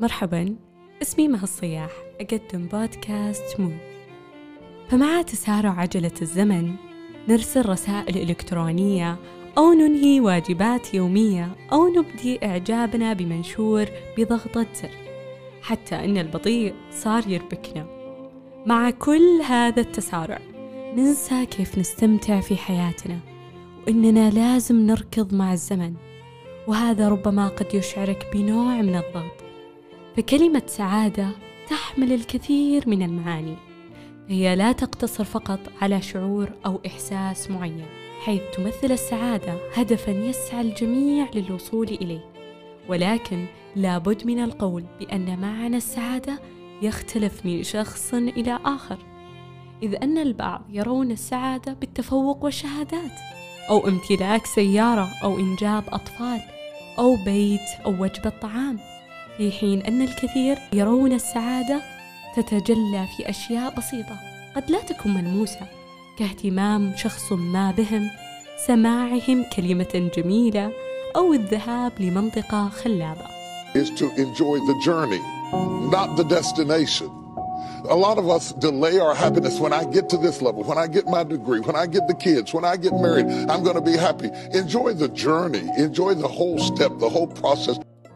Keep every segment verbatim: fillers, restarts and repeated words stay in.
مرحباً، اسمي مها الصياح، أقدم بودكاست مود. فمع تسارع عجلة الزمن نرسل رسائل إلكترونية أو ننهي واجبات يومية أو نبدي إعجابنا بمنشور بضغطة زر، حتى أن البطيء صار يربكنا. مع كل هذا التسارع ننسى كيف نستمتع في حياتنا وإننا لازم نركض مع الزمن، وهذا ربما قد يشعرك بنوع من الضغط. فكلمة سعادة تحمل الكثير من المعاني، هي لا تقتصر فقط على شعور أو إحساس معين، حيث تمثل السعادة هدفاً يسعى الجميع للوصول إليه. ولكن لابد من القول بأن معنى السعادة يختلف من شخص إلى آخر، إذ أن البعض يرون السعادة بالتفوق والشهادات، أو امتلاك سيارة، أو إنجاب أطفال، أو بيت، أو وجبة طعام، في حين أن الكثير يرون السعادة تتجلى في أشياء بسيطة قد لا تكون ملموسة، كاهتمام شخص ما بهم، سماعهم كلمة جميلة، أو الذهاب لمنطقة خلابة. is to enjoy the journey, not the destination. A lot of us delay our happiness. When I get to this level, when I get my degree, when I get the kids, when I get married, I'm going to be happy. Enjoy the journey. Enjoy the whole step, the whole process.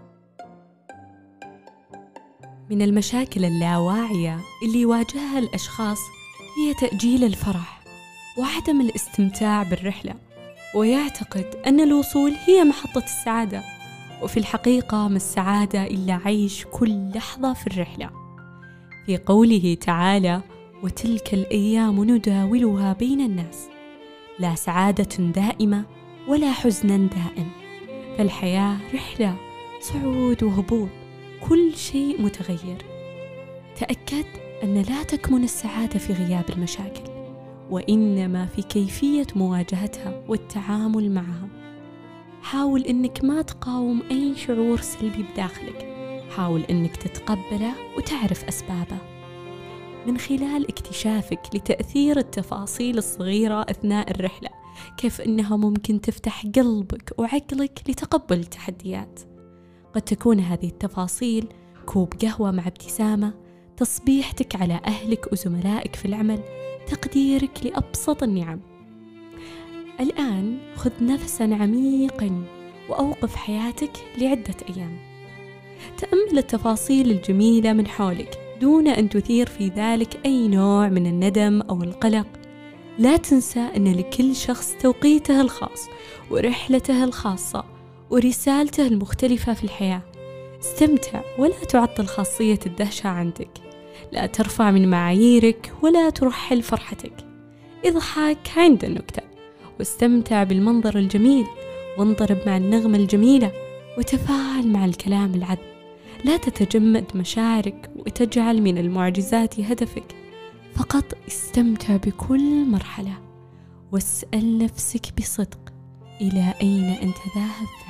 من المشاكل اللاواعية اللي يواجهها الأشخاص هي تأجيل الفرح وعدم الاستمتاع بالرحلة، ويعتقد أن الوصول هي محطة السعادة، وفي الحقيقة ما السعادة إلا عيش كل لحظة في الرحلة. في قوله تعالى: وتلك الأيام نداولها بين الناس، لا سعادة دائمة ولا حزن دائم، فالحياة رحلة صعود وهبوط، كل شيء متغير. تأكد أن لا تكمن السعادة في غياب المشاكل، وإنما في كيفية مواجهتها والتعامل معها. حاول أنك ما تقاوم أي شعور سلبي بداخلك، حاول أنك تتقبله وتعرف أسبابه من خلال اكتشافك لتأثير التفاصيل الصغيرة أثناء الرحلة، كيف أنها ممكن تفتح قلبك وعقلك لتقبل التحديات. قد تكون هذه التفاصيل كوب قهوة مع ابتسامة، تصبيحتك على أهلك وزملائك في العمل، تقديرك لأبسط النعم. الآن خذ نفساً عميقاً وأوقف حياتك لعدة أيام. تأمل التفاصيل الجميلة من حولك دون أن تثير في ذلك أي نوع من الندم أو القلق. لا تنسى أن لكل شخص توقيته الخاص ورحلته الخاصة ورسالته المختلفة في الحياة. استمتع ولا تعطل خاصية الدهشة عندك، لا ترفع من معاييرك ولا ترحل فرحتك. اضحك عند النكتة واستمتع بالمنظر الجميل، وانضرب مع النغمة الجميلة، وتفاعل مع الكلام العذب. لا تتجمد مشاعرك وتجعل من المعجزات هدفك، فقط استمتع بكل مرحلة، واسأل نفسك بصدق: إلى أين أنت ذاهب؟